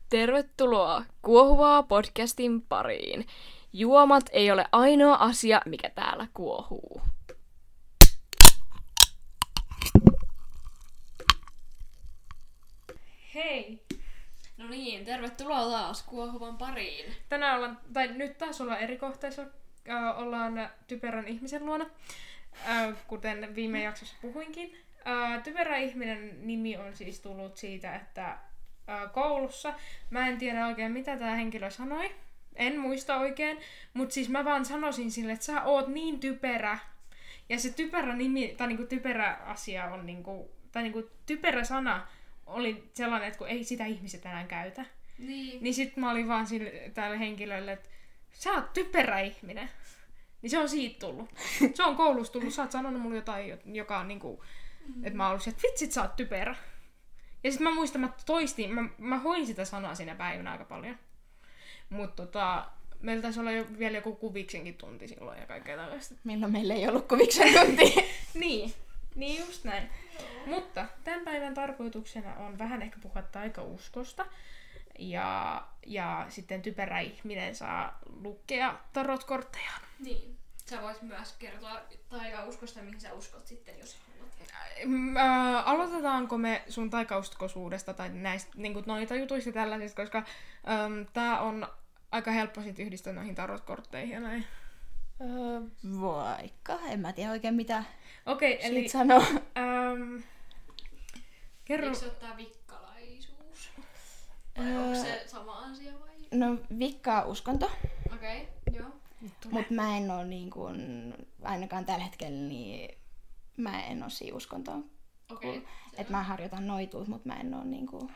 Tervetuloa Kuohuvaa podcastin pariin. Juomat ei ole ainoa asia, mikä täällä kuohuu. Hei! No niin, tervetuloa taas Kuohuvan pariin. Tänään ollaan, tai nyt taas ollaan eri kohteissa. Ollaan typerän ihmisen luona, kuten viime jaksossa puhuinkin. Typerä ihminen nimi on siis tullut siitä, että koulussa, mä en tiedä oikein mitä tää henkilö sanoi, en muista oikein, mutta siis mä vaan sanoisin sille, että sä oot niin typerä. Ja se typerä nimi, tai niinku typerä asia on niinku, tai niinku typerä sana oli sellainen, että kun ei sitä ihmiset enää käytä. Niin sit mä olin vaan tälle henkilölle, että sä oot typerä ihminen. Niin se on siitä tullut. Se on koulussa tullut, sä oot sanonut mulle jotain, joka on niinku, että mä olisin, että vitsit sä oot typerä. Ja sit mä muistan, mä toistin, mä hoin sitä sanaa siinä päivänä aika paljon. Mut meillä taisi olla vielä joku kuviksenkin tunti silloin ja kaikkea tällaista. Milloin meillä ei ollut kuviksen tunti? Niin just näin. Mutta tämän päivän tarkoituksena on vähän ehkä puhua taikauskosta. Ja sitten typerä ihminen saa lukea tarotkorttejaan. Niin. Sä vois myös kertoa taikauskosta, mihin sä uskot sitten, jos haluat. Aloitetaanko me sun taikauskoisuudesta tai näistä niinku noita jutuista tällaisista, koska tää on aika helppo sit yhdistää noihin tarotkortteihin ja näin. Vaikka, en mä tiedä oikein mitä eli sanoo. Kerro. Eikö se ottaa vikkalaisuus? Vai onko se sama asia vai? No vikkaa uskonto, Okei, joo. mut mä en oo niinku, ainakaan tällä hetkellä niin mä en oo siinä uskontoa. Okei. Et mä harjoitan noituut, mut mä en oo niinku.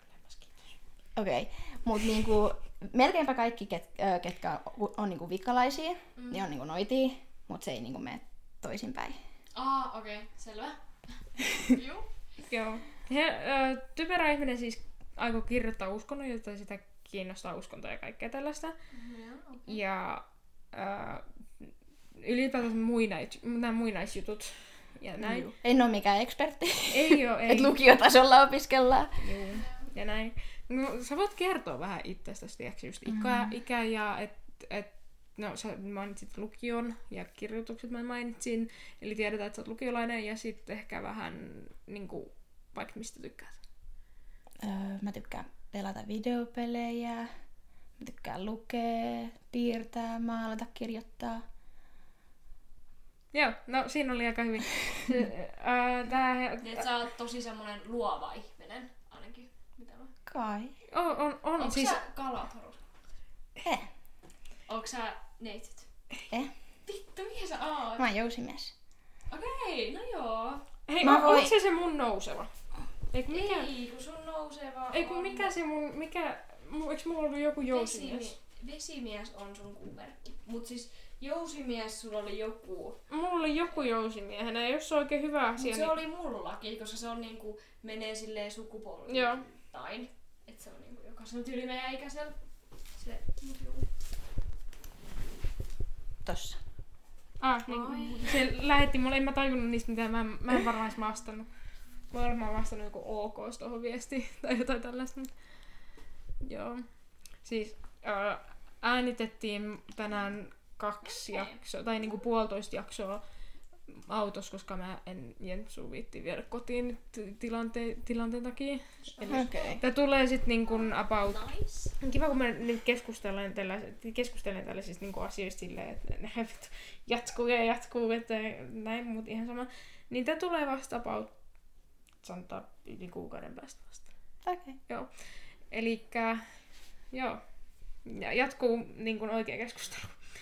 Mut niinku melkeinpä kaikki ketkä on niinku vikkalaisia, niin on niinku noitia, mut se ei niinku mene toisinpäin. Okei, selvä. Joo. Joo. Typerä ihminen siis aikoo kirjoittaa uskonnon, jotta sitä kiinnostaa uskontoa ja kaikkea tällaista. Ja ylipäätään nämä muinaisjutut ja näin. Juu. En oo mikään ekspertti. Ei. Et lukiotasolla opiskellaan. Joo. Ja näin. No, sä voit kertoa vähän itsestäsi, tiedätkö, just ikä ja no sä mainitsit lukion ja kirjoitukset mä mainitsin. Eli tiedetään, että sä oot lukiolainen ja sitten ehkä vähän niinku, vaikka mistä tykkäät. Mä tykkään pelata videopelejä. Mä tykkään lukea, piirtää, maalata, kirjoittaa. Niin, Joo, no siinä oli aika hyvin. Et sä oot tosi semmonen luova ihminen, ainakin. Mitä mä? Kai. On Onko siis... sä kalatharus? Onko sä neitsyt? Vittu, mihin sä oot? Mä oon jousimies. Okei, no joo. Hei, Mä onko voin- se mun nouseva? Eikö Kun sun nouseva Ei kun mikä se mun... Eikö mulla ollut joku jousimies? Vesimies on sun kuumerkki. Mut siis jousimies sulla oli joku. Mulla oli joku jousimiehenä ja jos se on oikein hyvä asia, Mut se oli mullakin, koska se on niinku, menee silleen sukupolvittain. Et se on niinku, joka on tyyli meidän ikäisellä. Se, Tossa. Niin, se lähetti mulle, en mä tajunnut niistä mitään, mä en varmaan edes vastannut. Mä oon varmaan vastannut joku OKs tohon viestiin tai jotain tällaista. Joo. Siis äänitettiin tänään 2 jaksoa, tai niinku 1,5 jaksoa autossa, koska mä en Jentsu viitti viedä kotiin tilanteen takia. Okei. Tää tulee sit niinku about... Nice. Kiva, kun mä nyt keskustelen tällaisista niinku asioista silleen, että ne jatkuu, että näin, mut ihan sama. Niin tää tulee vasta about, sanotaan, yli kuukauden päästä vasta. Okei. Joo. Elikkä, joo. Ja jatkuu niinku oikea keskustelu.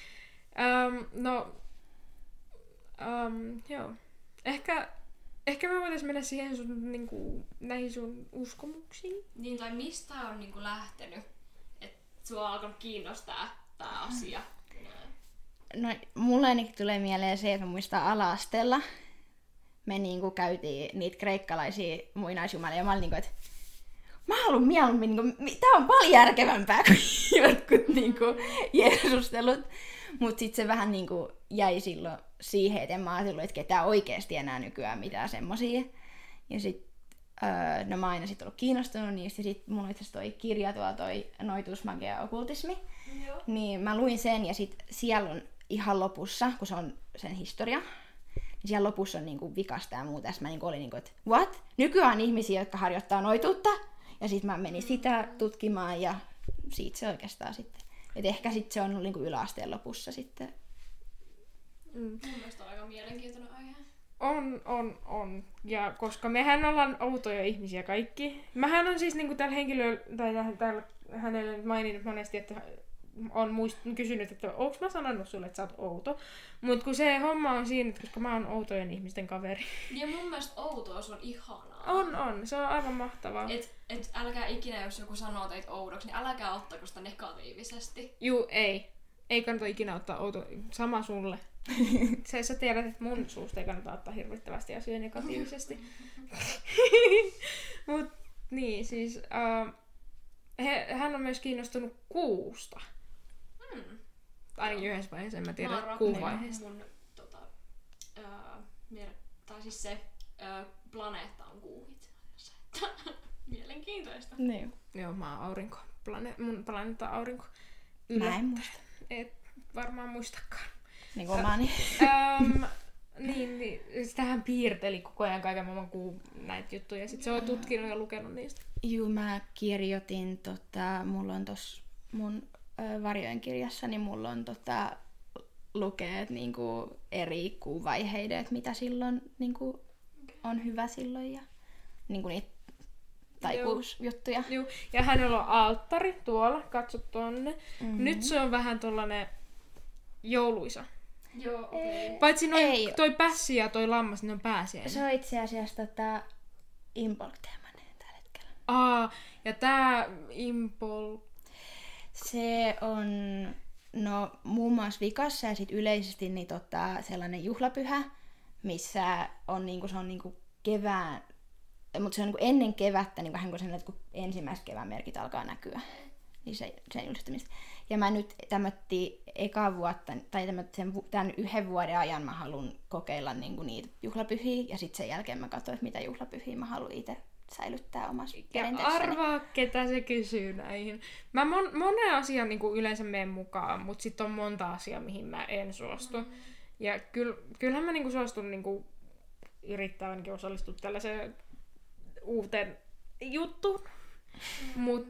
Joo. Ehkä me voitais mennä siihen sun, niinku, näihin sun uskomuksiin. Niin, tai mistä on niinku lähtenyt, että sua on alkanut kiinnostaa tää asia? No, mulla ainakin tulee mieleen se, että mä muistan ala-asteella. Me niinku käytiin niitä kreikkalaisia muinaisjumalia ja mä olin niinku, että mä haluan mieluummin, niinku, tää on paljon järkevämpää kuin jotkut niinku jeesustelut. Mut sit se vähän niinku jäi silloin siihen, että en mä ajatellut, että ketään oikeesti enää nykyään mitään semmosia. Ja sit no mä oon aina sit ollut kiinnostunut niistä, ja sit mulla itse asiassa toi kirja tuolla toi Noitus, magia ja okkultismi. Joo. Niin mä luin sen, ja sit siellä on ihan lopussa, kun se on sen historia, niin siellä lopussa on niinku vikasta ja muuta. Ja mä niinku olin niinku, että what? Nykyään on ihmisiä, jotka harjoittaa noituutta. Ja sit mä menin sitä tutkimaan, ja siitä se oikeastaan sitten. Et ehkä sit se on ollut niinku yläasteen lopussa sitten. Mun mielestä on aika mielenkiintoinen aihe. On. Ja koska mehän ollaan outoja ihmisiä kaikki. Mähän on siis niinku tällä henkilöllä, tai tällä hänelle maininnut monesti, että on kysynyt, että onko mä sanonut sulle, että sä oot outo. Mut kun se homma on siinä, että koska mä oon outojen ihmisten kaveri. Ja mun mielestä outous on ihanaa. On. Se on aivan mahtavaa. Et älkää ikinä, jos joku sanoo teitä oudoksi, niin älkää ottako sitä negatiivisesti. Juu, ei. Ei kannata ikinä ottaa outo. Sama sulle. Sä tiedät, että mun suusta ei kannata ottaa hirvittävästi asioita negatiivisesti. Mut niin, siis hän on myös kiinnostunut kuusta. Ainakin yhdessä vaiheessa, en mä tiedä kuun vaiheesta. Mun tai siis se planeetta on kuu itse asiassa. Mielenkiintoista. Niin. Joo, mä oon aurinko. Mun planeetta on aurinko. Mä en muista. Et varmaan muistakaan. Niin kuin omaani. Niin, sitähän piirteli koko ajan kaiken maailman kuun näitä juttuja. Sit se on tutkinut ja lukenut niistä. Juu, mä kirjoitin, mulla on tossa mun varjojen kirjassa, niin mulla on lukee niinku eri kuuvaiheiden, että mitä silloin niinku on hyvä silloin ja niinku niitä taikuusjuttuja. Joo, ja hänellä on alttari tuolla, katso tonne. Mm-hmm. Nyt se on vähän tollanen jouluisa. Joo, okei. Okay. Paitsi toi pässi ja toi lammas, ne on pääsiäinen. Se on itse asiassa Imbolc-teemainen tällä hetkellä. Ja tää Impol... Se on muun muassa vikassa ja sit yleisesti niin sellainen juhlapyhä, missä on niinku, se on niinku kevään, mutta se on niinku ennen kevättä, niin vähän kuin sen, kun ensimmäiset kevään merkit alkaa näkyä. Niin sen julistamista. Ja mä nyt tämmötti eka vuotta, tai tämän 1 vuoden ajan mä haluan kokeilla niinku niitä juhlapyhiä, ja sitten sen jälkeen mä katsoin, että mitä juhlapyhiä mä haluan itse säilyttää omassa perinteessäni. Arvaa, ketä se kysyy näihin. Mä monen asian niinku yleensä menen mukaan, mutta sitten on monta asiaa, mihin mä en suostu. Ja kyllähän mä niinku suostun niinku yrittää ainakin osallistua tällaiseen uuteen juttuun. Mut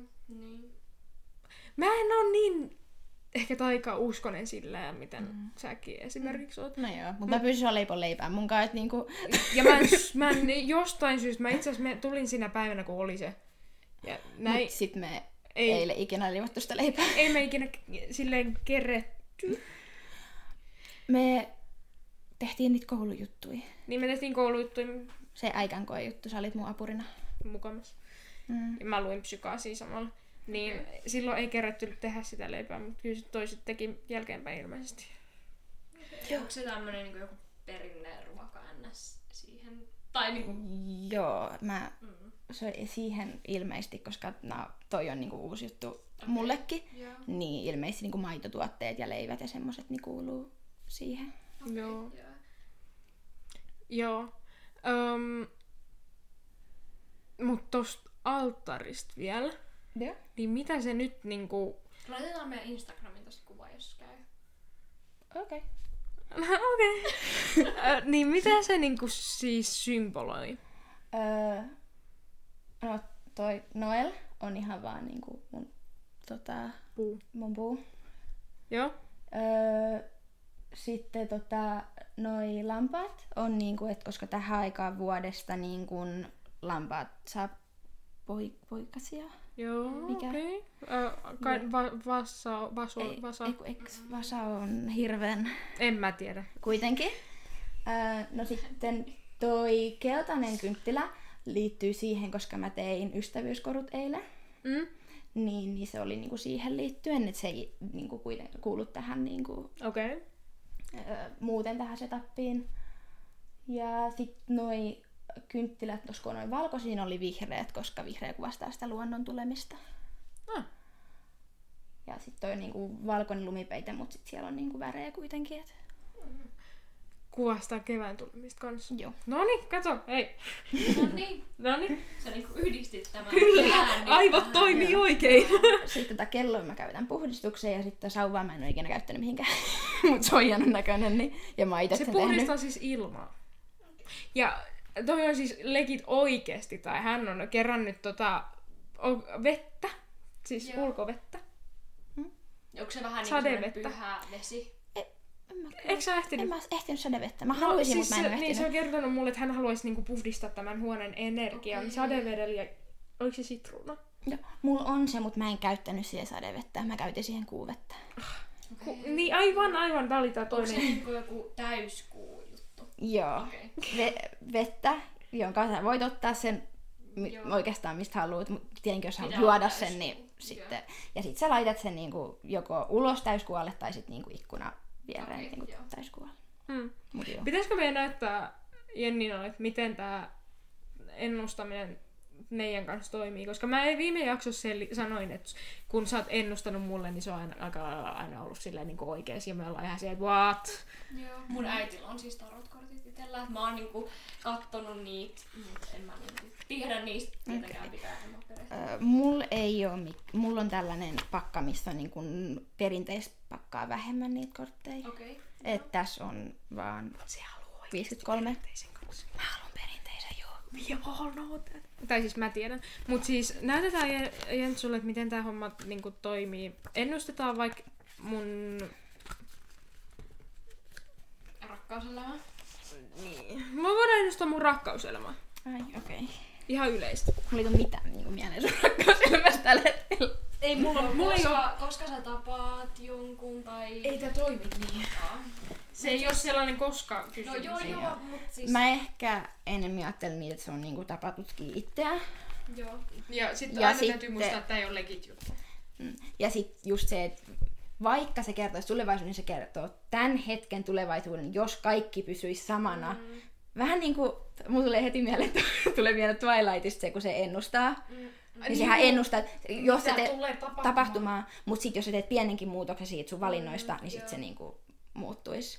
mä en oo niin ehkä taikauskonen sillä, miten säkin esimerkiksi oot. No joo, mutta mä pysyn leipon leipään mun kanssa, niinku... Ja mä en jostain syystä, mä itse asiassa tulin siinä päivänä, kun oli se. Ja mut sit me ei ikinä leivottu sitä leipää. Ei me ikinä silleen keretty. Me tehtiin niitä koulujuttuja. Niin me tehtiin koulujuttuja. Se äikän koejuttu, sä olit mun apurina. Mukamas. Ja mä luin psykaasia samalla. Niin silloin ei kerätty tehdä sitä leipää, mutta kyllä toiset teki jälkeenpäin ilmeisesti. Okay. Onko se tämmönen niin joku perinne ruoka ns siihen? Tai niin... Joo, se siihen ilmeisesti, koska toi on niinku uusi juttu mullekin, niin ilmeisesti niinku maitotuotteet ja leivät ja semmoset niin kuuluu siihen. Okay, Joo. Mut tosta alttarista vielä. Joo. Niin mitä se nyt niinku... Laitetaan meidän Instagramin tosta kuva, jos käy. Okei. Niin mitä se niinku siis symboloi? No toi Noel on ihan vaan niinku mun mun puu. Joo. Sitten noi lampaat on niinku, että koska tähän aikaan vuodesta niinku lampaat saa poikasia. Joo, okei. Vasa on hirveän... En mä tiedä. Kuitenkin. No sitten toi keltainen kynttilä liittyy siihen, koska mä tein ystävyyskorut eilen. Niin se oli niinku siihen liittyen, että se ei niinku kuulu tähän niinku, muuten tähän setappiin. Ja sitten noi kynttilät, koska noin valkoisiin oli vihreät, koska vihreä kuvastaa sitä luonnon tulemista. Ja sitten toi niinku valkoinen lumipeite, mutta sit siellä on niinku värejä kuitenkin. kuvastaa kevään tulemista kanssa. Joo. Noniin, kato, hei. Noniin. Sä niinku yhdistit tämän. Kyllä, aivot toimii oikein. Sitten kelloa mä käytän puhdistukseen ja sitten sauvaa mä en ole ikinä käyttänyt mihinkään. Mut se on hienon näköinen, niin, ja mä itse se sen puhdistaa tehnyt. siis ilmaa. Ja toi on siis legit oikeesti, tai hän on kerännyt vettä, siis ulkovettä. Onko se vähän sadevettä. Niin pyhä vesi? Eikö sä ehtinyt? En mä ehtinyt sadevettä. Mä haluaisin, siis mutta mä en ole ehtinyt. niin, se on kertonut mulle, että hän haluaisi niinku puhdistaa tämän huoneen energian sadevedellä ja oliko se sitruuna? Joo, mulla on se, mutta mä en käyttänyt siihen sadevettä. Mä käytin siihen kuuvettä. Niin aivan, tää oli tää Onko se toinen. niinku joku täyskuu juttu? Joo. Okay. Vettä, jonka sä voit ottaa sen oikeastaan mistä haluat, mutta tietenkin jos haluat juoda sen, niin sitten. Ja sit sä laitat sen niinku joko ulos täyskuvalle tai sit niinku ikkuna viereen niinku täyskuvalle. Pitäisikö meidän näyttää Jenninalle, että miten tää ennustaminen meidän kanssa toimii? Koska mä viime jaksossa sanoin, että kun sä oot ennustanut mulle, niin se on aina ollut silleen niinku oikees. Ja me ollaan ihan siellä, what? Joo. Mun äitillä on siis tarotkortit itellä. Mä oon niinku kattonut niitä, mutta en mä niinku tiedä niistä tietenkään pitää. Mulla ei oo mulla on tällainen pakka, missä on niinku perinteistä pakkaa vähemmän niitä kortteja. Okei. Et tässä on vaan 53. Mä haluan perinteisen, joo. We all know that. Tai siis mä tiedän. Mut siis näytetään Jentsulle, että miten tää homma niinku toimii. Ennustetaan vaikka mun rakkauselämä. Niin. Mä voin ennustaa mun rakkauselämää. Ai, okei. Okay. Ihan yleistä. Mulla ei tule mitään niinku mieleen sun rakkauselämästä tällä hetkellä. Ei mulla ei oo... Koska sä tapaat jonkun tai... Ei tää toimi niin. Se ei oo sellainen koska kysymys. No joo, mut siis... Mä ehkä enemmän ajattelen niitä, että se on niinku tapa tutkia itseään. Joo. Ja sit aina täytyy muistaa, että tää ei oo legit juttu. Ja sit just se, että vaikka se kertoisi tulevaisuuden, niin se kertoo tämän hetken tulevaisuuden, jos kaikki pysyisi samana. Vähän niinku, mulla tulee heti mieleen, tulee vielä Twilightista se, kun se ennustaa. Niin sehän ennustaa, että jos sä teet tapahtumaa, mutta sit jos sä teet pienenkin muutoksen siitä sun valinnoista, niin sit se niinku muuttuisi.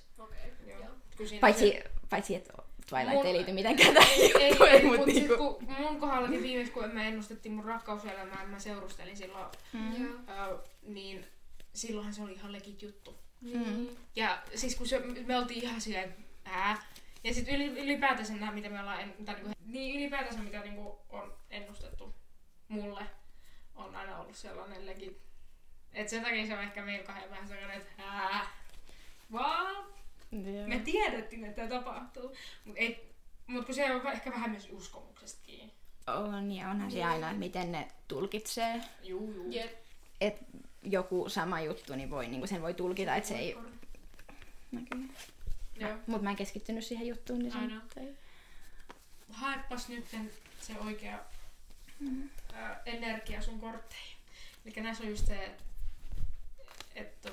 Paitsi että Twilight ei liity mitenkään tähän juttuun. Ei, mutta niinku... sit kun mun kohdallakin viimeis, kun me ennustettiin mun rakkauselämää, mä seurustelin silloin, niin silloinhan se oli ihan legit juttu. Ja siis kun me oltiin ihan silleen, ja sit ylipäätänsä nämä, mitä me ollaan, ylipäätänsä mitä niinku on ennustettu mulle, on aina ollut sellainen legit. Et sen takia se on ehkä meillä kahden vähän sellainen, että me tiedettiin, että tämä tapahtuu. Mut kun se on ehkä vähän myös uskomuksesta kiinni. On, ja onhan se aina, että miten ne tulkitsee. Juu. Et joku sama juttu, niin sen voi tulkita, että se ei... Mut mä en keskittynyt siihen juttuun, niin se ei... Haepas nyt se oikea energia sun kortteihin. Elikkä näissä on just se, että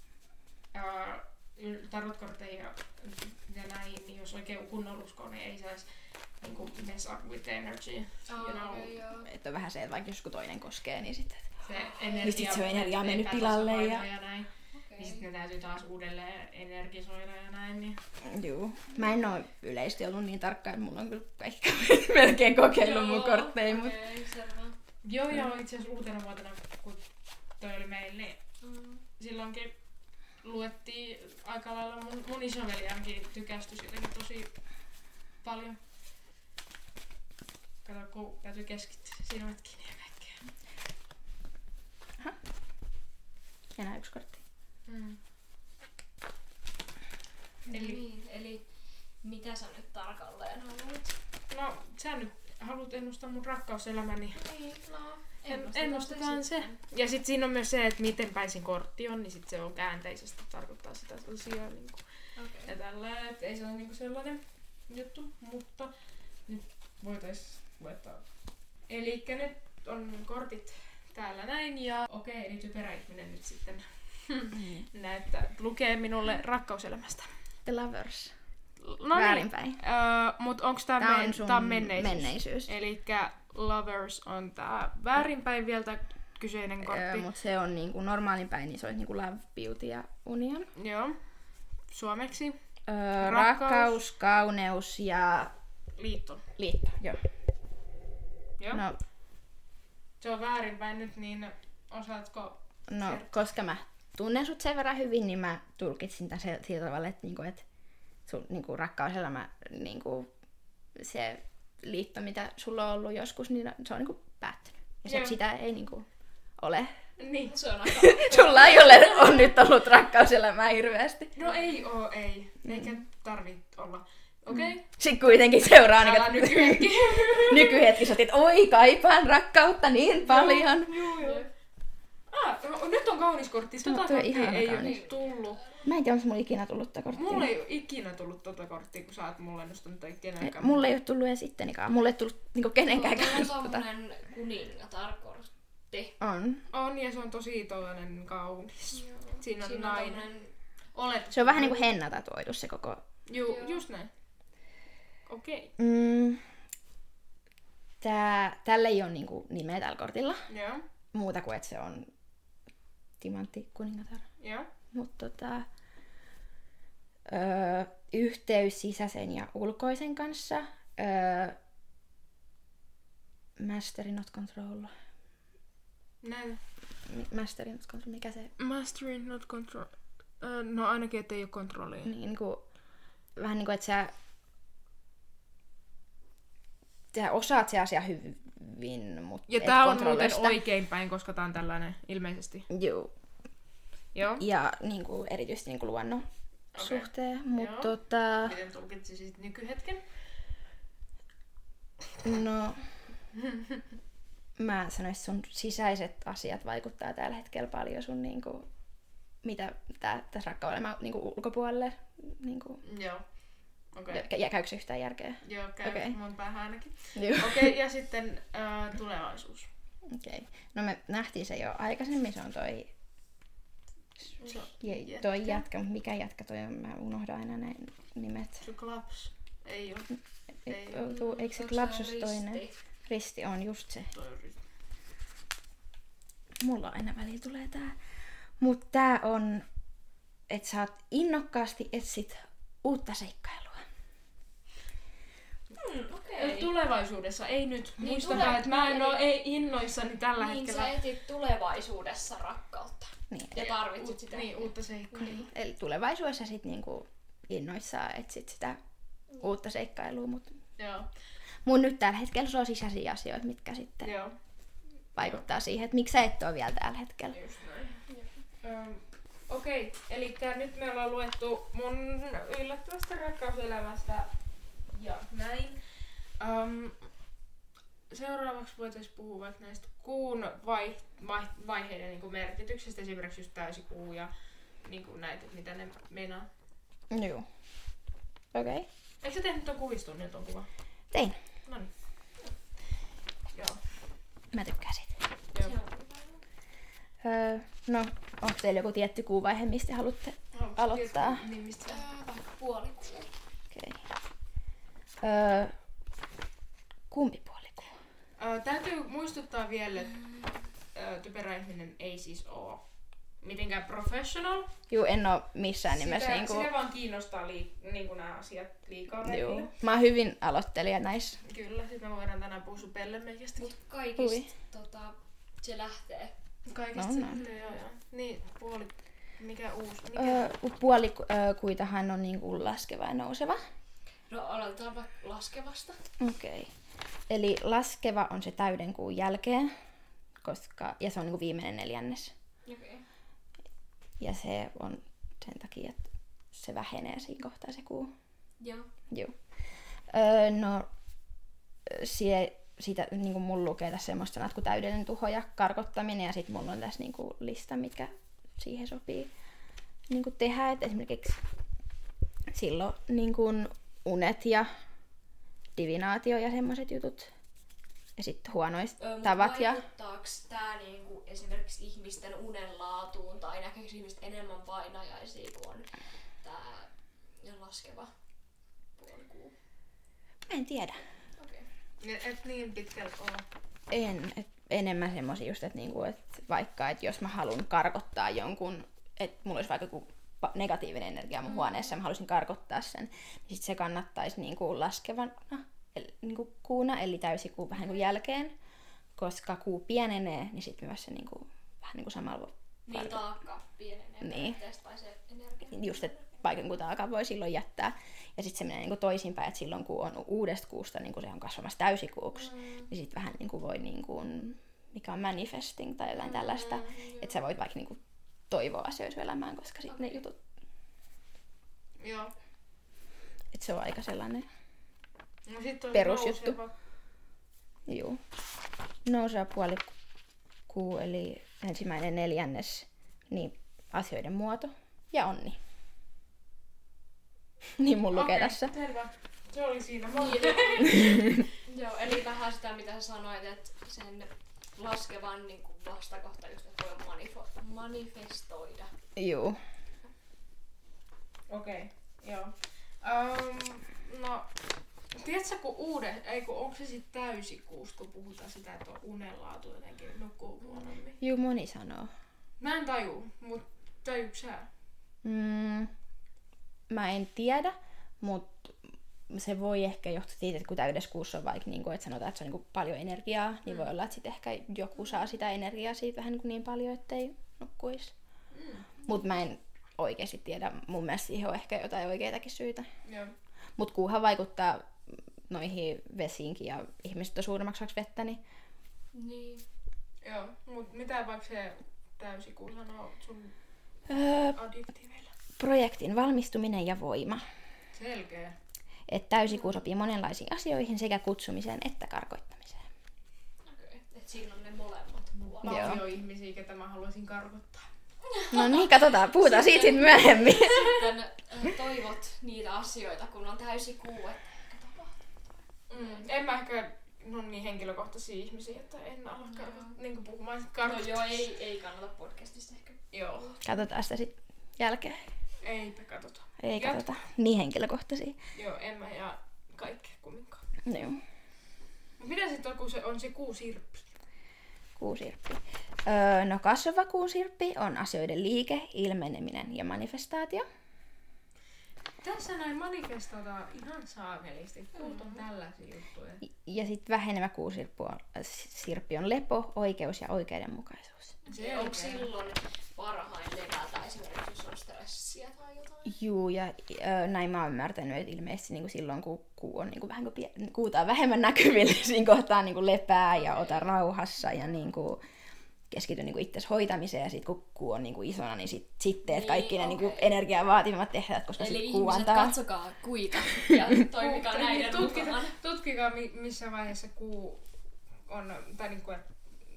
tarotkortteja ja näin, niin jos oikein kunnolla uskoo, niin ei saisi niinku mess up with the energy. Että on vähän se, että vaikka jos toinen koskee, niin sitten... Se energia on mennyt pilalle ja näin. Niin sitten ne täytyy taas uudelleen energisoida ja näin. Niin... Joo. Mä en oo yleisesti ollut niin tarkka, että mulla on kyllä kaikki melkein kokeillut mun kortteja. Joo, itse asiassa uutena vuotena, kun toi oli meillä, niin silloinkin luettiin aika lailla. Mun isoveliäänkin tykästyi jotenkin tosi paljon. Kato, kun täytyy keskittyä silmät kiinni ja kaikkea. Enää yksi kortti. Eli mitä sä nyt tarkalleen haluat? No, sä nyt haluat ennustaa mun rakkauselämäni. Niin, no. Ennustetaan se. Ja sit siinä on myös se, että miten päin sen kortti on, niin sit se on käänteisesti tarkoittaa sitä asiaa. Niin ja tällä, että ei se ole niin sellainen juttu, mutta nyt voitais luettaa. Elikkä nyt on kortit täällä näin ja okei, eli typerä ihminen nyt sitten lukee minulle rakkauselämästä. The Lovers. No väärinpäin. Mut onks tää on menneisyys? Elikkä Lovers on tää väärinpäin vielä tää kyseinen kortti. Mut se on niinku normaalinpäin, niin se on niinku Love, Beauty ja Union. Joo. Suomeksi? Rakkaus, kauneus ja... Liitto. Liitto, joo. Joo. No, Se on väärinpäin nyt, niin osaatko... no koska mä tunnen sut sen verran hyvin, niin mä tulkitsin tämän sillä tavalla, että, niinku, että sun niinku, rakkauselämä, niinku, se liitto, mitä sulla on ollut joskus, niin se on niinku, päättynyt. Ja sitä ei niinku, ole. Niin, se on aika... Sulla ei ole on nyt ollut rakkauselämää hirveästi. No ei oo, ei. Eikä tarvit olla. Okei. Okay. Sitten kuitenkin seuraa nykyhetki. sä otit, oi kaipaan rakkautta niin paljon. Joo. No, nyt on kaunis kortti. Tota korttia ei ole tullut. Mä en tiedä, onko mulla ikinä tullut tota korttia. Mulla ei ole ikinä tullut tota korttia, kun sä oot mulle nostanut tai kenenkään. Mulla ei ole tullut edes ittenikaan. Mulla ei tullut niinku kenenkään kanssa. Mulla on tommonen kuningatar-kortti. On, ja se on tosi tollanen kaunis. Joo. Siinä on nainen. Se on vähän niinku hennatatuoitu se koko... Joo, just näin. Okei. Tällä ei ole niinku nimeä tällä kortilla. Joo. Muuta kuin, että se on timantti kuningatar. Joo. Mutta yhteys sisäisen ja ulkoisen kanssa. Mastery not control. Näin. Mastery not control, mikä se? Mastery not control. No ainakin, ettei ole kontrollia. Niinku, vähän niinku, että sä osaat se asia hyvin, mutta ja tää on muuten oikein päin, koska tää on tällainen ilmeisesti. Joo. Joo. Ja niinku, erityisesti niinku luonnon suhteen, mutta Miten tulkitsisit nykyhetken? No... Mä sanoisin, sun sisäiset asiat vaikuttaa tällä hetkellä paljon sun niinku... Mitä tässä rakkaudella niinku ulkopuolelle niinku... Joo. Okay. Ja käykö se yhtään järkeä? Joo, käy. Okay. Mun päähän ainakin. Okei, ja sitten tulevaisuus. Okei. No me nähtiin se jo aikaisemmin, se on toi jätkä, mutta mikä jätkä toi on? Mä unohdan aina ne nimet. Se Klaps. Ei oo. Eikö se Klapsus toinen? Risti on just se. Mulla aina välillä tulee tää. Mut tää on, että sä oot innokkaasti etsit uutta seikkailua. Okay. Tulevaisuudessa, ei nyt. Niin muistakaa, että mä en ole innoissani tällä hetkellä. Niin sä etit tulevaisuudessa rakkautta. Niin. Ja tarvitsit sitä. Niin, uutta seikkailua. Niin. Eli tulevaisuudessa sit niinku innoissaan etsit sitä uutta seikkailua. Joo. Mun nyt tällä hetkellä se on sisäisiä asioita, mitkä sitten vaikuttaa siihen, että miksi sä et ole vielä tällä hetkellä. Just näin. Okei, eli nyt me ollaan luettu mun yllättävästä rakkauselämästä ja näin. Seuraavaksi voitaisiin puhua vaikka näistä kuun vaiheiden niin kuin merkityksestä, esimerkiksi just täysikuu ja niin kuin näitä, mitä ne meinaa. Joo. Okei. Eikö sä tehnyt ton kuvistunnin ton kuva? Tein. Noniin. Joo. Mä tykkään siitä. Joo. No, onko teillä joku tietty kuuvaihe, mistä haluatte aloittaa? Niin, mistä? Vaikka puolikuu. Okei. Kumpi puolikuu? Täytyy muistuttaa vielä, että typerä ihminen ei siis oo mitenkään professional. Juu, en oo missään nimessä Sitä vaan kiinnostaa niinku nämä asiat liikaa meille. Mä oon hyvin aloittelija näissä. Kyllä, sit me voidaan tänään puhua sun pellemeikästä. Mut kaikista se lähtee. Kaikista se lähtee, joo. Niin, mikä uusi? Puolikuitahan on niinku laskeva ja nouseva. No aloitetaan vaikka laskevasta. Okei. Eli laskeva on se täyden kuun jälkeen, ja se on niinku viimeinen neljännes. Okei. Ja se on sen takia, että se vähenee siinä kohtaa se kuu. Joo. No, siitä niinku mulla lukee tässä semmoista sanat kuin täydellinen tuho ja karkottaminen, ja sitten mulla on tässä niinku lista, mitkä siihen sopii niinku tehdä. Et esimerkiksi silloin niinku unet ja divinaatio ja semmoiset jutut. Ja sitten huonois tavat. Vaikuttaako tää niinku esimerkiksi ihmisten unenlaatuun tai näkeekö ihmiset enemmän painajaisia kuin on tää laskeva puolikuu? En tiedä. Okei. Et niin pitkälti oo. Enemmän semmosia just, että niinku, et vaikka et jos mä haluan karkottaa jonkun, että mulla olisi vaikka joku negatiivinen energia mun huoneessa, mä halusin karkottaa sen, niin sit se kannattaisi niinku laskevana niinku kuuna, eli täysikuu vähän kuin jälkeen, koska kuu pienenee, niin sit myös se niinku, vähän niinku samalla Niin taakka pienenee Niin. tai se energia. just, että paikan kun taakan voi silloin jättää. Ja sitten se menee niinku toisinpäin, että silloin kun on uudesta kuusta, niin kun se on kasvamassa täysikuuksi, niin sitten vähän niinku voi, niinku, mikä on manifesting tai jotain tällaista, että sä voit vaikka niinku toivoa asioita sun elämään, koska sitten ne jutut, Joo. että se on aika sellainen No sit on perusjuttu. nouseva. Juu. Nousee puoli kuu, eli 1/4, niin asioiden muoto ja onni. Niin mun lukee Okei, tässä. Selvä. Se oli siinä. Joo, eli vähän sitä mitä sä sanoit, että sen laskevan niin kuin vastakohta just, että voi manifestoida. Juu. Okei, joo. No, tiedätkö kun onko se sitten täysikuusta, kun puhutaan sitä, että on unenlaatu jotenkin nukkuu huonommin? Juu, moni sanoo. Mä en taju, mut tajuuks sä? Mä en tiedä, mutta se voi ehkä johtua siitä, että kun täydeskuussa on vaikka, niin kuin, että sanotaan, että se on niin kuin paljon energiaa, niin voi olla, että sit ehkä joku saa sitä energiaa siitä vähän niin paljon, ettei nukkuisi. Mutta mä en oikeasti tiedä. Mun mielestä siihen on ehkä jotain oikeitakin syitä. Joo. Mutta kuuhan vaikuttaa noihin vesiinkin ja ihmiset on suuremmaksi vettä, niin Niin. Joo, mut mitä vaikka se täysikuu sanoo sun adjektiiveilla? projektin valmistuminen ja voima. Selkeä. Että täysikuu sopii monenlaisiin asioihin sekä kutsumiseen että karkoittamiseen. Okei. Et siinä on ne molemmat puolet. Paljon ihmisiä, ketä mä haluaisin karkottaa. No niin, katsotaan. Puhutaan siitä sitten myöhemmin. Sitten toivot niitä asioita, kun on täysi kuu, että ehkä tapahtuu. En mä ehkä niin henkilökohtaisia ihmisiä, että en ala niin puhumaan sit No karkottamisesta. joo, ei kannata podcastista ehkä. Joo. Katsotaan sitä sitten jälkeen. Eipä katsota. Ei katsota niin henkilökohtaisia. Joo, en mä ja kaikkea kumminkaan. Joo. Mut mitä sit on, kun se on se kuusirppi? Kuusirppi. No kasvava kuusirppi on asioiden liike, ilmeneminen ja manifestaatio. Tässä näin manifestoidaan ihan saakelisti. Kuut on tällaisia juttuja. Ja sitten vähenevä kuusirppi on lepo, oikeus ja oikeudenmukaisuus. Onko silloin parhain levätä esimerkiksi, jos on stressiä tai jotain? Juu, ja näin mä oon ymmärtänyt, että ilmeisesti niin kuin silloin, kun kuu on niin kuin vähän kuin kuuta on vähemmän näkyvillä, siinä kohtaa niin kuin lepää ja ota rauhassa ja niin kuin keskity niin kuin itsesi hoitamiseen. Ja sitten kun kuu on niin kuin isona, niin sitten teet kaikki ne niin kuin energiaa vaativimmat tehtävät, koska Eli sit kuu ihmiset, antaa. katsokaa kuita ja toimikaa näiden mukaan. Tutkikaa missä vaiheessa kuu on, tai niinku, että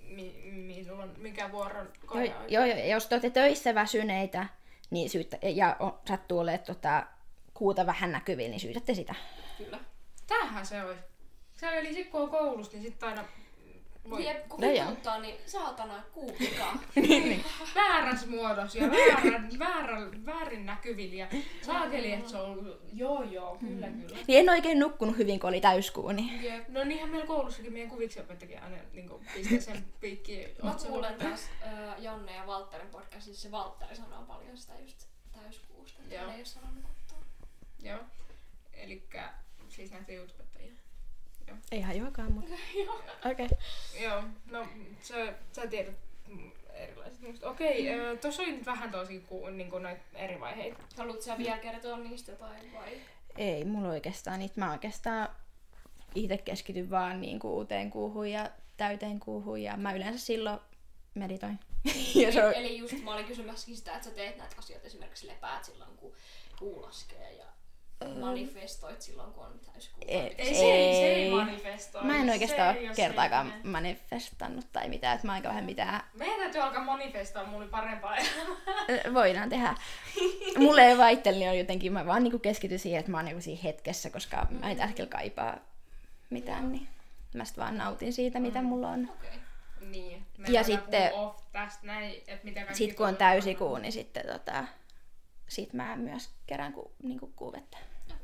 mikä vuoron koja on. Joo, ja jos te olette töissä väsyneitä niin sattuu olemaan kuuta vähän näkyvillä, niin syytätte sitä. Kyllä. Tämähän se olisi. Eli sit kun on koulussa, niin sitten aina voi Ja kun No joo. vituttaa, niin saatana kuupikaa. väärässä muodossa ja väärin näkyvillä. Ja saakeli, että se on ollut, joo, kyllä. Niin en oikein nukkunut hyvin, kun oli täyskuu. Niin. Jep. No niinhän meillä koulussakin meidän kuviksiopettajakin aina niin pistää sen piikkiin. Mä kuulen taas Janne ja Valtterin podcastissa, se Valtteri sanoo paljon sitä just täyskuusta, että Joo. hän ei ole sanonut kotona. Joo. Elikkä siis näitä jutupettajia. Ei hajuakaan, mutta okei. Joo, no sä tiedät erilaiset muista. Okei, tuossa oli nyt vähän tosi niinku noita eri vaiheita. Haluatko sä vielä kertoa niistä tai vai? Ei mulla oikeastaan niitä. Mä oikeastaan itse keskityn vaan niin kuin uuteen kuuhun ja täyteen kuuhun ja mä yleensä silloin meditoin. Ja se on... Eli just mä olin kysymässäkin sitä, että sä teet näitä asioita esimerkiksi lepäät silloin kun kuu laskee ja manifestoit silloin kun on täyskuu. Se ei manifestoi. Mä en oikeastaan Se ei ole oo kertaakaan sellainen. manifestannut tai mitään, että mä aika vähän mitään Meidän täytyy alkaa manifestaa mulle parempaa elämää. voidaan tehdä. Mulle ei vaan itselleni ole jotenkin, mä vaan niinku keskityn siihen, että mä oon niinku siinä hetkessä, koska mä en tällä hetkellä kaipaa mitään, niin mä sit vaan nautin siitä, mitä mulla on. Okei. Niin. Me Ja voidaan sitten- puhua off tästä näin, että mitä kaikki Sitten kun on tulee täysikuu, niin sitten sit mä myös kerään niinku kuuvettä.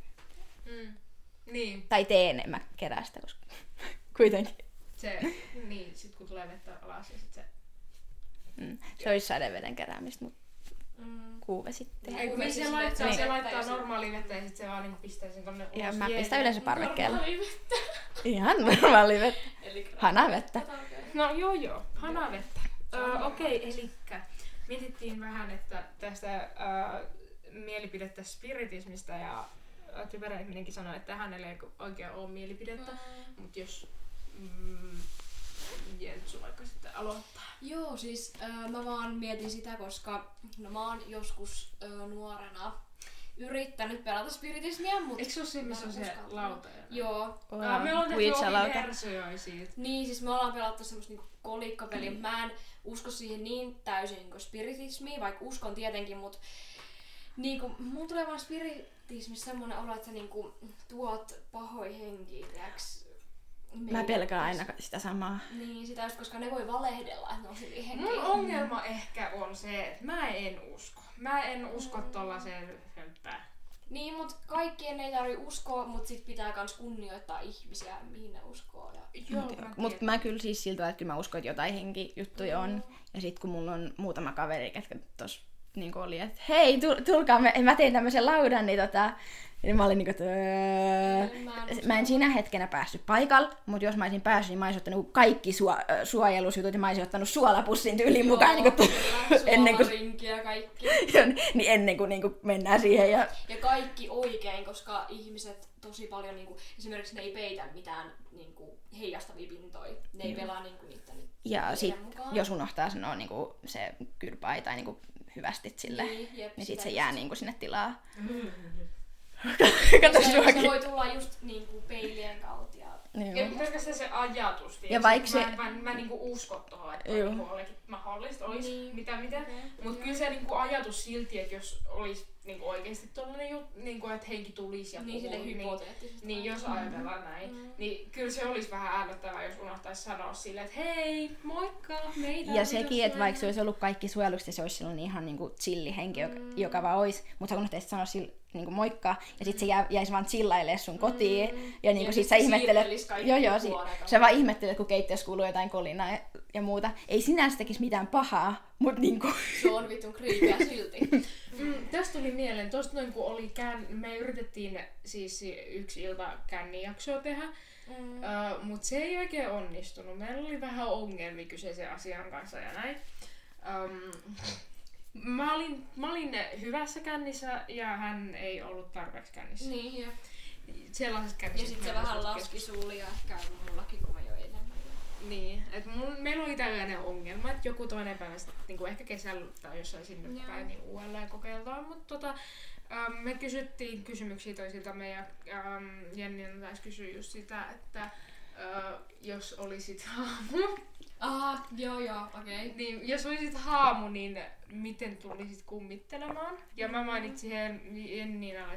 Niin, Tai teen, en mä kerää sitä, koska kuitenkin. sit kun tulee vettä alas ja sit se... Se olisi sadeveden keräämistä, mutta kuuvesittejä. Ei, kun Siis se vettä laittaa, ja se sit- laittaa normaalia vettä ja sit se vaan niinku pistää sen tonne ulos. Ja mä Jee. pistän yleensä parvekkeella. Normaalia vettä. Ihan normaali vettä. Eli Hanavettä. No joo, hanavettä. Okei, elikkä mietittiin vähän, että tästä mielipidettä spiritismistä ja typerä ihminenkin sanoi, että hänellä ei oikein ole mielipidettä, mutta jos Jentsu vaikka sitten aloittaa. Joo, siis mä vaan mietin sitä, koska no, mä oon joskus nuorena yrittänyt pelata spiritismia, mutta Eikö se ole se, missä on se lauta? Joo. Me ollaan tehty Ouija-lauta. omin versioja siitä. Niin, siis me ollaan pelattu semmoista niinku kolikkopeliä. Mä en usko siihen niin täysin niinku spiritismiin, vaikka uskon tietenkin, mutta niinku, mulla tulee vaan spiritismissa semmonen olo, että sä niinku tuot pahoja henkiä, tiiäks. Mä pelkään aina sitä samaa. Niin, sitä just, koska ne voi valehdella, että ne on hyviä henkiä. Mun ongelma ehkä on se, että mä en usko. Mä en usko tollaseen hömppään. Niin, mut kaikkien ei tarvitse uskoa, mut sit pitää kans kunnioittaa ihmisiä, mihin ne uskoo. Ja... Joo, Mutta mä kyllä siis siltä, että kyllä mä uskon, että jotain henkijuttuja on. Ja sit kun mulla on muutama kaveri, ketkä tossa niin oli, että hei, tulkaa, mä tein tämmösen laudan, niin mä olin niinku, että mä en siinä hetkenä päässyt paikalle, mutta jos mä olisin päässyt, niin mä olisin ottanut kaikki suojelusjutut ja mä olisin ottanut suolapussin tyyliin mukaan. Niin ennen kuin ja kaikki. Niin ennen kuin niinku mennään siihen. Ja kaikki oikein, koska ihmiset tosi paljon, niinku, esimerkiksi ne ei peitä mitään niinku, heijastavia pintoja. Ne ei pelaa niinku, niitä nyt. Ja sit, jos unohtaa sanoa niinku, se kylpai tai niinku, hyvästit sille, niin sit se jää niinku, sinne tilaa. Se voi tulla just niinku peilien kautta. Ja pelkästään se ajatus. Ja vaikka se... Mä niinku usko tohon, että niinku olikin mahdollista, olis niin. mitä. Mut kyllä se niinku ajatus silti, että jos olis niinku oikeesti tollanen niinku, että henki tulisi ja niin, puhuu, niin jos ajatellaan näin, niin kyllä se olisi vähän ällöttävää, jos unohtaisi sanoa silleen, että hei, moikka, meitä. Ja sekin, että vaikka se olisi ollut kaikki suojelukset, se olisi silloin ihan niinku chilli-henki, joka vaan olisi, mutta sä unohtaisit sanoa sille niinku moikka, ja sit se jäisi vaan chillailemaan sun kotiin, ja niinku sit sä ihmettelet, sä vaan ihmettelet, kun keittiössä kuuluu jotain kolinaa ja muuta. Ei sinänsä tekisi mitään pahaa, mut niinku... Se on vitun kriipiä silti. Tästä tuli mieleen, tosta noin kun oli me yritettiin siis yksi ilta kännijaksoa tehdä, mut se ei oikein onnistunut. Meillä oli vähän ongelmia kyseisen asian kanssa ja näin. Mä olin hyvässä kännissä ja hän ei ollut tarpeeksi kännissä. Niin, ja sellaisessa kännissä. Ja sit se vähän laski sulia ehkä mullakin, kun mä jo enemmän. Niin, että meillä oli tällainen ongelma, että joku toinen päivä sitten, niin ehkä kesällä tai jossain sinne päin niin uudelleen kokeiltaan, mutta me kysyttiin kysymyksiä toisiltamme ja Jenni taisi kysyä just sitä, että jos olisit haamu. Joo, okei. Niin, jos olisit haamu, niin miten tulisit kummittelemaan? Ja mä mainitsin Jennina,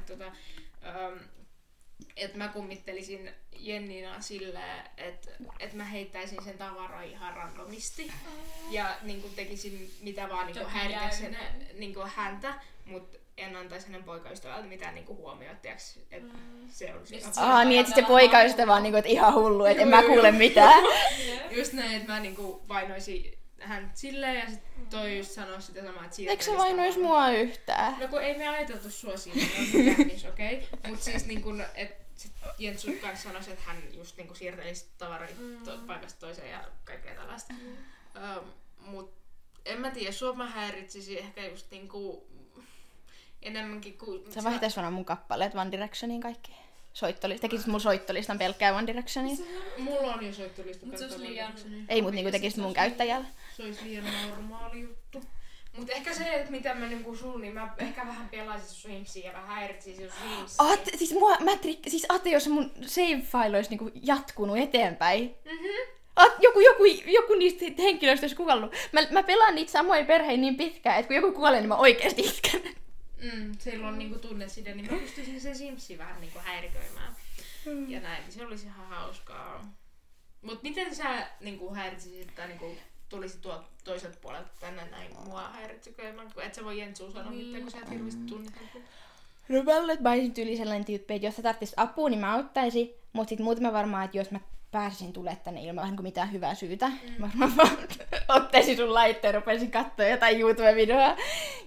että mä kummittelisin Jenninaa silleen, että mä heittäisin sen tavaran ihan randomisti. Ja niin kuin tekisin mitä vaan niin häiritäkseni niin häntä, mutta en antaisi hänen poikaystävältä mitään niin huomioon, että se olisi ihan... niin, että se poikaystävä vaan niin kuin, että ihan hullu, että en mä kuule mitään. Just näin, että mä niin kuin vainoisin hän silleen ja sit toi just sanoo sitä samaa, että eikö sä vainois mua yhtään? No kun ei me ajateltu sua siinä, kännis, okei? Mut siis niin kun, että Jentsu kanssa sanoisi, että hän just niinku siirtelisi tavaroita paikasta toiseen ja kaikkea tällaista. Mut en mä tiedä, sua mä häiritsisi ehkä just niinku enemmänkin kuin... Sä vaihtais vaan mun kappaleet One Directioniin kaikki. Tekisit mulla soittolistan pelkkää One Directioniin. Mulla on jo soittolista pelkkää One Directioniin. Ei, mut niinku tekisit mun käyttäjällä. Se olisi liian normaali juttu. Mut ehkä se, että mitä mä niinku sun, niin mä ehkä vähän pelaisin Swimsia ja vähän häiritsisin Swimsia. Siis Ate, jos mun save-file olisi niinku jatkunut eteenpäin. Joku niistä henkilöistä olisi kuollut. Mä pelaan niitä samoja perheitä niin pitkään, että kun joku kuolee, niin mä oikeesti itkän. Sillä on niinku tunne sitä, niin mä pystyisin sen Simsia vähän niinku häiriköimään. Ja näin, se olisi ihan hauskaa. Mut miten sä niinku häiritsisit tai niinku tulisit tuolta toiselta puolelta tänne näin mua häiritsiköimään, kun et sä voi Jentsua sanoa mitään, kun sä et hirveästi tunne. No mä luulen, että mä olisin tyyli sellainen tyyppi, että jos sä tarvitsit apua, niin mä auttaisin. Mut sit muuten mä varmaan, että jos mä pääsisin tulemaan tänne ilman vähän kuin mitään hyvää syytä, varmaan vaan ottaisin sun laitteen ja rupeaisin katsoa jotain YouTube-videoa.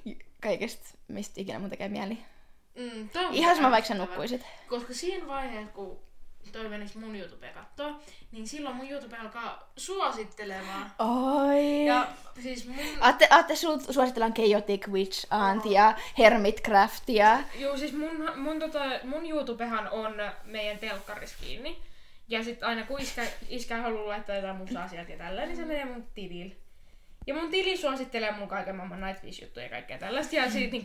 kaikesta, mistä ikinä mun tekee mieli. Toi on Ihan sama, vaikka sä ärsyttävää. nukkuisit. Koska siinä vaiheessa, kun toi menisi mun YouTube katsoa, niin silloin mun YouTube alkaa suosittelemaan. Oi. Ja siis mun... Aatte suositellaan Chaotic Witch Aunt ja Hermitcraft ja... Joo, siis mun YouTubehan on meidän telkkarissa kiinni. Ja sit aina kun iskä haluaa laittaa jotain musaa sieltä ja tällä, niin se menee mun tilille. Ja mun tili suosittelee mun kaiken maailman Nightwish-juttuja ja kaikkea tällaista. Ja siitä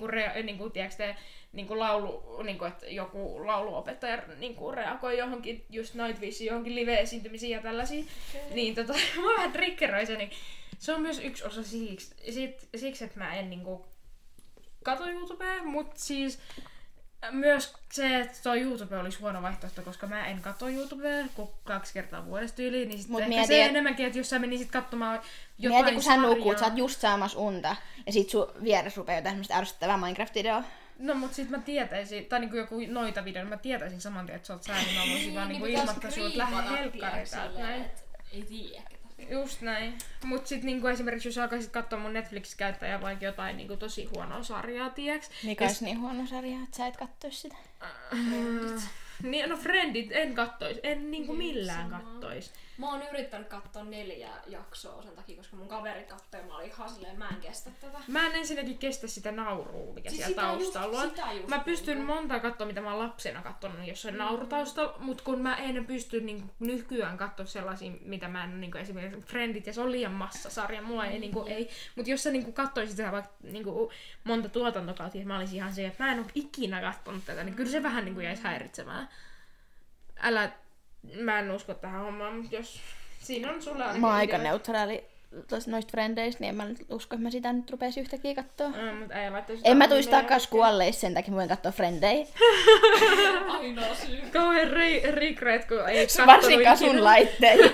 laulu, että joku lauluopettaja reagoi johonkin just Nightwishiin, johonkin live-esiintymisiin ja tällaisiin. Okay. Niin mä vähän triggeroi se, niin se on myös yksi osa siksi että mä en kato YouTubea, mut siis myös se, että toi YouTube olisi huono vaihtoehto, koska mä en katso YouTubea kuin 2 kertaa vuodesta tyyliin, niin sitten ehkä se enemmänkin, että jos sä menisit katsomaan jotain mieti, kun sä nukut, sä oot just saamassa unta, ja sit sun vieressä rupeaa jotain semmoista ärsyttävää Minecraft-videoa. No mut sit mä tietäisin, tai niinku joku noita video, niin mä tietäisin saman tien, että sä oot säännön, mä voisin vaan ilmoittaa sulle, että lähde helkkari täältä näin. Ei tiedä. Just näin. Mut sit esimerkiksi jos alkaisit katsoa mun Netflix-käyttäjää vaikka jotain tosi huonoa sarjaa, tiiäks? Mikä olisi niin huono sarja, että sä et kattois sitä? Niin, no Friendit en kattois, en millään kattois. Mä oon yrittänyt katsoa 4 jaksoa sen takia, koska mun kaveri katsoi ja mä olin ihan silleen, mä en kestä tätä. Mä en ensinnäkin kestä sitä naurua, mikä siellä taustalla on. Mä pystyn monta katsoa, mitä mä oon lapsena katsonut jossain naurutaustalla, mut kun mä en pysty nykyään katsoa sellaisia, mitä mä en esimerkiksi Friendit, ja se on liian massasarja, mulla ei ei. Mut jos sä katsoisit sitä vaikka monta tuotantokautta, mä olisin ihan se, että mä en oo ikinä katsonut tätä, niin kyllä se vähän jäisi häiritsemään. Mä en usko tähän hommaan, mutta jos siinä on sulla ainakin mä oon aika neutraali noista frendeistä, niin en mä nyt usko, että mä sitä nyt rupesin yhtäkkiä kattoo. En mä tuisi takas kuolleis, sen takia mä voin kattoo frendejä. Ainoa syy. Kauhean regret, kun ei kattonut varsinkaan sun laitteita.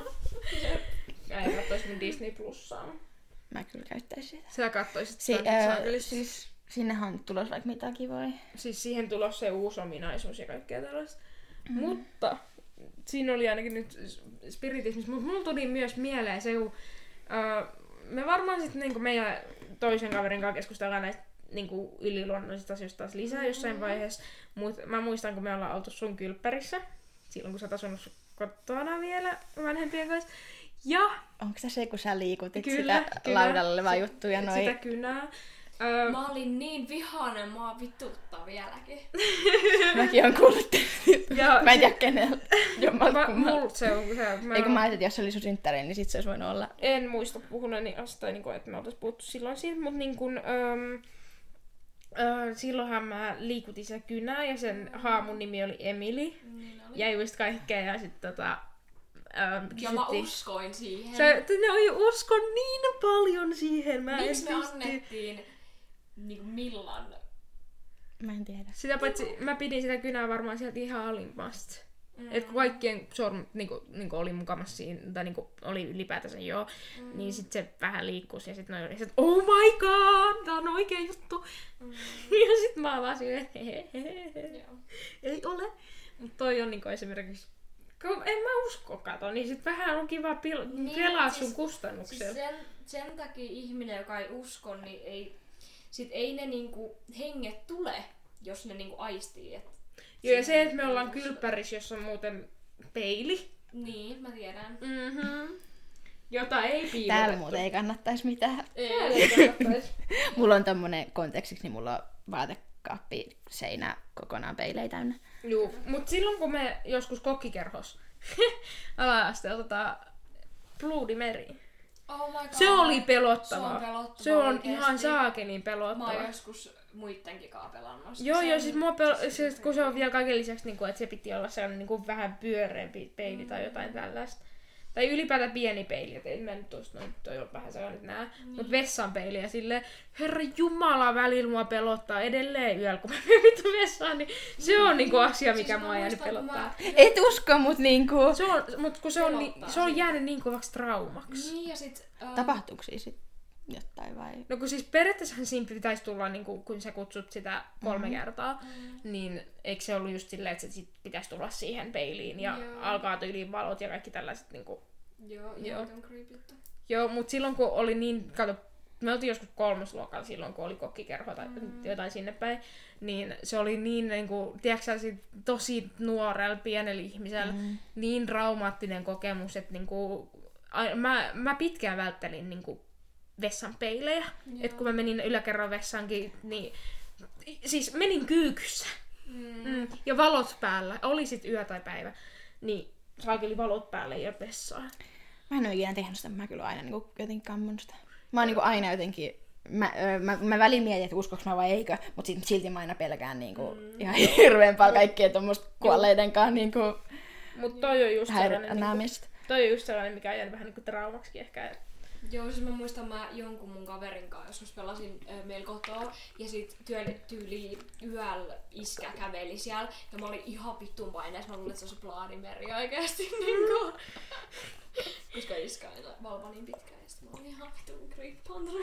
Ei kattois mun Disney Plussaa. Mä kyllä käyttäisin sitä. Sä kattoisit siis sinnehän on tulossa vaikka mitä kivoja. Siis siihen tulossa se uusi ominaisuus ja kaikkea tällaista. Mutta siinä oli ainakin nyt spiritismissa, mutta mulla tuli myös mieleen se, kun me varmaan sitten meidän toisen kaverin kanssa keskustellaan näistä yliluonnollisista asioista taas lisää jossain vaiheessa. Mutta mä muistan, kun me ollaan oltu sun kylppärissä, silloin kun sä oot asunut kotona vielä vanhempien kanssa. Ja onko se, kun sä liikutit sitä laudalla olevaa juttuja? Sitä kynää. Mä olin niin vihainen, mua vituttaa vieläkin. Mäkin oon kuullut. Mä en tiedä kenellä. Mulla se on se. Eikö mä ajattelin, että jos se oli sun synttärein, niin sit se olisi voinut olla. En muista puhuneeni asta, että me oltais puhuttu silloin siitä, mutta silloinhan mä liikutin sitä kynää ja sen haamun nimi oli Emily. Ja just kaikkea ja sit ja mä uskoin siihen. Ne uskon niin paljon siihen. Miksi me annettiin millan? Mä en tiedä. Sitä paitsi mä pidin sitä kynää varmaan sieltä ihan alimmasta. Et kun kaikkien sormet oli mukamassa siinä, tai oli ylipäätänsä niin sit se vähän liikkusi ja sit noi oli että oh my god, tää on oikea juttu. Ja sit mä vaan silleen, ei ole. Mut toi on esimerkiksi, en mä usko kato, niin sit vähän on kiva pelaa sun kustannuksella. Siis sen takia ihminen, joka ei usko, niin ei ne henget tule, jos ne aistii. Joo, ja se, että me ollaan kylppärissä, jossa on muuten peili. Niin, mä tiedän. Jota ei piilotettu. Täällä muuten ei kannattais mitään. Ei kannattais. Mulla on tommonen kontekstiksi, niin mulla on vaatekaappi seinä kokonaan peilejä täynnä. Joo, mut silloin kun me joskus kokkikerhos ala-asteella Bloody Mary. Oh my god. Se oli pelottavaa. Se on oikeesti. ihan saakelin pelottavaa. Mä oon joskus muittenkin kaa pelannut. Joo, siis kun se on vielä kaiken lisäksi, että se piti olla sellainen vähän pyöreämpi peili tai jotain tällaista. Tai ylipäätään pieni peili, että en mä nyt tuosta toi on vähän sellainen nää. Mut vessan peili ja silleen, herra jumala, välillä mua pelottaa edelleen yöllä, kun mä menen vittu vessaan, niin se on asia, mikä siis mua jäänyt pelottaa. Et usko, mut se on jäänyt niin kovaksi traumaksi. Niin ja sit tapahtuuko siis jotain vai? No kun siis periaatteessa siinä pitäisi tulla, kun sä kutsut sitä 3 kertaa, niin eikö se ollut just silleen, että se sit pitäisi tulla siihen peiliin ja alkaa tyyliin valot ja kaikki tällaiset Joo, on creepy. Joo, mut silloin kun oli niin, me oltiin joskus 3. luokalla silloin, kun oli kokkikerho tai jotain sinne päin, niin se oli niin niinku, tiedätkö tosi nuorella, pienellä ihmisellä, niin traumaattinen kokemus, että niinku, mä pitkään välttelin niinku vessan peilejä. Et kun mä menin yläkerran vessaankin, niin siis menin kyykyssä. Ja valot päällä. Oli sit yö tai päivä. Niin saakeli valot päälle ja vessaan. Mä en oo ikinä tehnyt sitä, mä kyllä aina niinku jotenkin kammun sitä. Mä oon niinku aina jotenkin... Mä väliin mietin, että uskoks mä vai eikö, mut silti mä aina pelkään niinku ihan hirveän paljon kaikkea tommoista kuolleidenkaan niinku Mut toi on just nämistä. Toi on just sellainen, mikä on jäänyt vähän niinku traumaksikin ehkä. Joo, siis mä muistan, mä jonkun mun kaverin kanssa joskus pelasin meillä kotoa ja sit tyyli yöllä iskä käveli siellä ja mä olin ihan vittun paineessa, mä luulin, että se olisi Plaanimeri oikeesti niinku. Koska iskä aina valvo niin pitkään ja sit mä olin ihan vittun kriippaantunut.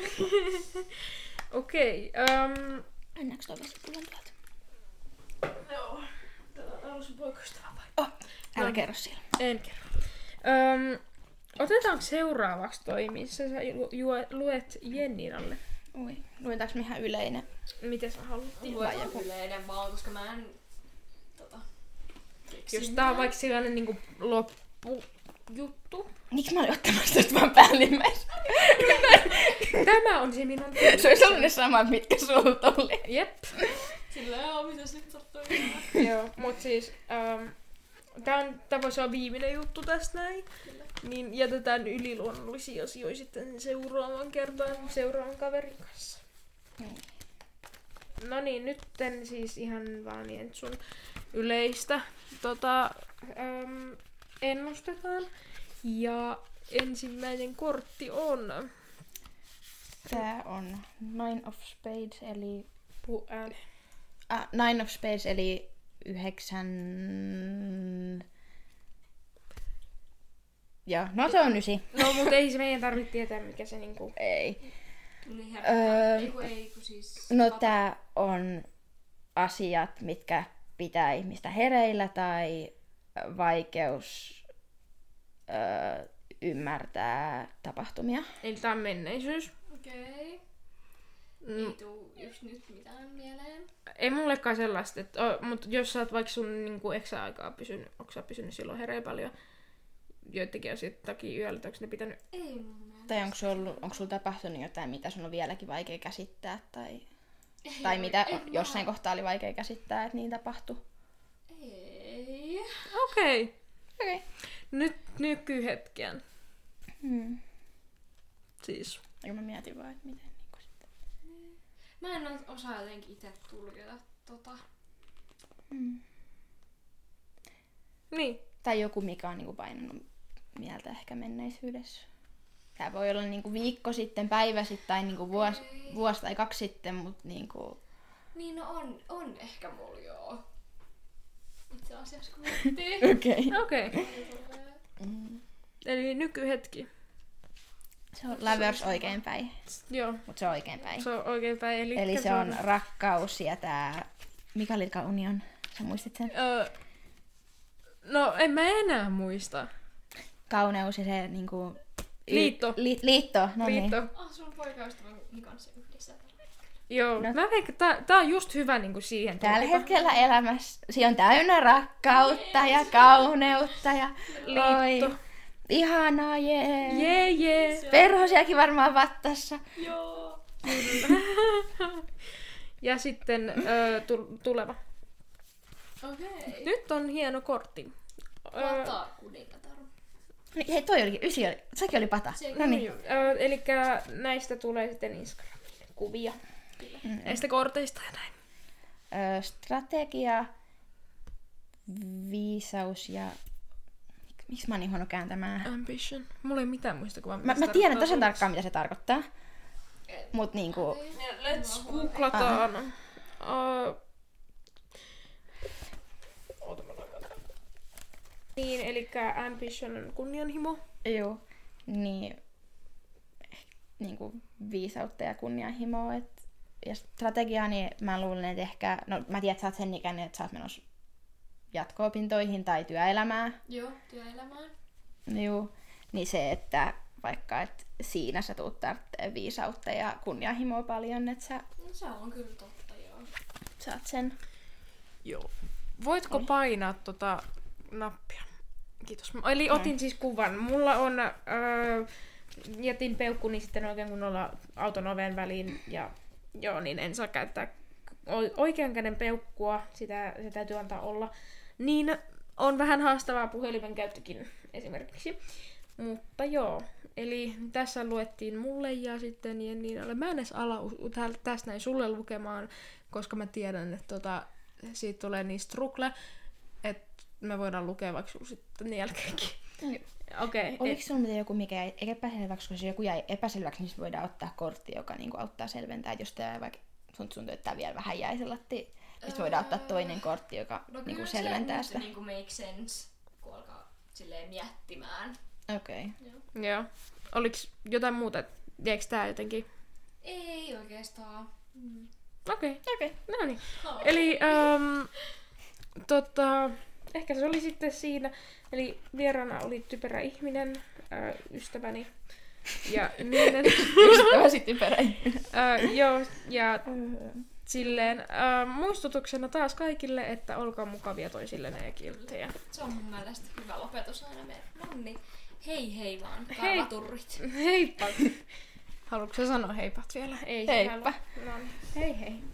Okei. Mennäänkö toi vesipullan tuolta? Joo. Täällä on sun poikaystävä vai? Oh, älä kerro siellä. En kerro. Otetaanko seuraavaksi toi, missä sä luet Jenninalle? Oi, luetaanko me ihan yleinen? Miten sä haluat? Luetaan yleinen vaan, koska mä en Jos tää on vaikka sellainen niinku loppujuttu. Miksi mä olin ottamassa tästä vaan päällimmäistä? Tämä on se minun... Se olisi ollut ne samat, mitkä sulta oli. Jep. Silleen, mitäs nyt sattuu? Joo, mut siis... Tää voisi olla viimeinen juttu tästä näin. Niin jätetään yliluonnollisia asioita sitten seuraavan kertaan seuraavan kaverin kanssa. No niin, nytten siis ihan vaan niin, että sun yleistä ennustetaan. Ja ensimmäinen kortti on... Tää on Nine of Spades, eli... Nine of Spades, eli 9... Joo, no se on 9. No, mutta ei se meidän tarvitse tietää, mikä se niinku... Ei. Niin kun siis... No tää on asiat, mitkä pitää ihmistä hereillä tai vaikeus ymmärtää tapahtumia. Eli tää on menneisyys. Okei. Ei tuu just nyt mitään mieleen. Ei mullekaan sellaista, mutta jos sä oot vaikka sun niinku aikaa pysynyt, onko sä pysynyt silloin hereillä paljon joidenkin asioiden takia yöllä, onko ne pitänyt... Ei mun mielestä. Tai onko sulla tapahtunut jotain, mitä sun on vieläkin vaikea käsittää, tai mitä jossain kohtaa oli vaikea käsittää, että niin tapahtui? Ei. Okei. Okei. Nyt nykyhetken. Siis. Ja mä mietin vaan, että miten niinku sitten. Mä en osaa jotenkin itse tulkita Niin. Tai joku, mikä on niinku painanut mieltä ehkä menneisyydessä. Tää voi olla niinku viikko sitten, päivä sitten tai niinku vuosi tai 2 sitten, mut niinku... Niin no on ehkä mulla joo. Itse asiassa kun miettii. Okei. Eli nykyhetki. Se on lovers oikeinpäin. Joo. Mut se on oikeinpäin. Se on oikeinpäin. Eli se on rakkaus ja tää... Mikä oli union? Sä muistit sen? No en mä enää muista. Kauneus ja se niinku... Liitto. Liitto, no niin. Sun poikaystävän kanssa yhdessä. Joo, mä veikkaan, tää on just hyvä niinku siihen. Tällä hetkellä elämässä on täynnä rakkautta ja kauneutta ja... Liitto. Oi, ihanaa, jee. Jee. Perhosiakin varmaan vattassa. Joo. Ja sitten tuleva. Okei. Nyt on hieno kortti. Pata kuningatar. Hei, toi olikin, 9 oli, sekin oli pata. No niin. Elikkä näistä tulee sitten Instagramille kuvia. Näistä korteista ja näin. Strategia, viisaus ja... Miksi mä oon niin huono kääntämään? Ambition. Mulla ei mitään muistakuvaa. Mä tiedän tosi tarkkaan, mitä se tarkoittaa. Mut niinku... Let's googlataan. Niin, elikkä ambition on kunnianhimo. Joo. Niin... Niinku viisautta ja kunnianhimoa. Ja strategiaa, niin mä luulen, että ehkä... No mä tiedän, että sä oot sen ikäinen, että sä oot menossa jatko-opintoihin tai työelämään. Joo, työelämään. Joo. Niin se, että vaikka, että siinä sä tuut tarvitsemaan viisautta ja kunnianhimoa paljon, että sä No, se on kyllä totta, joo. saat sen. Joo. Voitko painaa nappia? Kiitos. Eli otin siis kuvan. Mulla on, jätin peukkuni sitten oikein kunnolla auton oven väliin ja joo, niin en saa käyttää oikean käden peukkua, se täytyy antaa olla. Niin on vähän haastavaa puhelimen käyttökin esimerkiksi. Mutta joo, eli tässä luettiin mulle ja sitten Jenninalle. Mä en edes ala tästä näin sulle lukemaan, koska mä tiedän, että siitä tulee niin struggle, että me voidaan lukea vaikka sun sitten jälkeenkin. Okei. Oliko sulla mitään joku, mikä jäi epäselväksi, koska jos joku jäi epäselväksi, niin voidaan ottaa kortti, joka niinku auttaa selventää, jos tämä vaikka sun että vielä vähän jäi sellatti. Sitten voidaan ottaa toinen kortti, joka niinku selventää sitä. Niinku make sense, kun alkaa silleen miettimään. Okei. Joo. Oliks jotain muuta? Jäikö tää jotenkin? Ei oikeastaan. Okei. No niin. Oh. Eli ehkä se oli sitten siinä. Eli vieraana oli typerä ihminen, ystäväni. Ja niiden... Ystäväsi typerä ihminen. Joo, ja silleen muistutuksena taas kaikille, että olkaa mukavia toisillenne ja kilttejä. Se on mun mielestä hyvä lopetus aina meidän. Nonni, hei vaan, karvaturrit. Heippa! Haluatko sä sanoa heipat vielä? Ei. Heippa. No niin. Hei hei.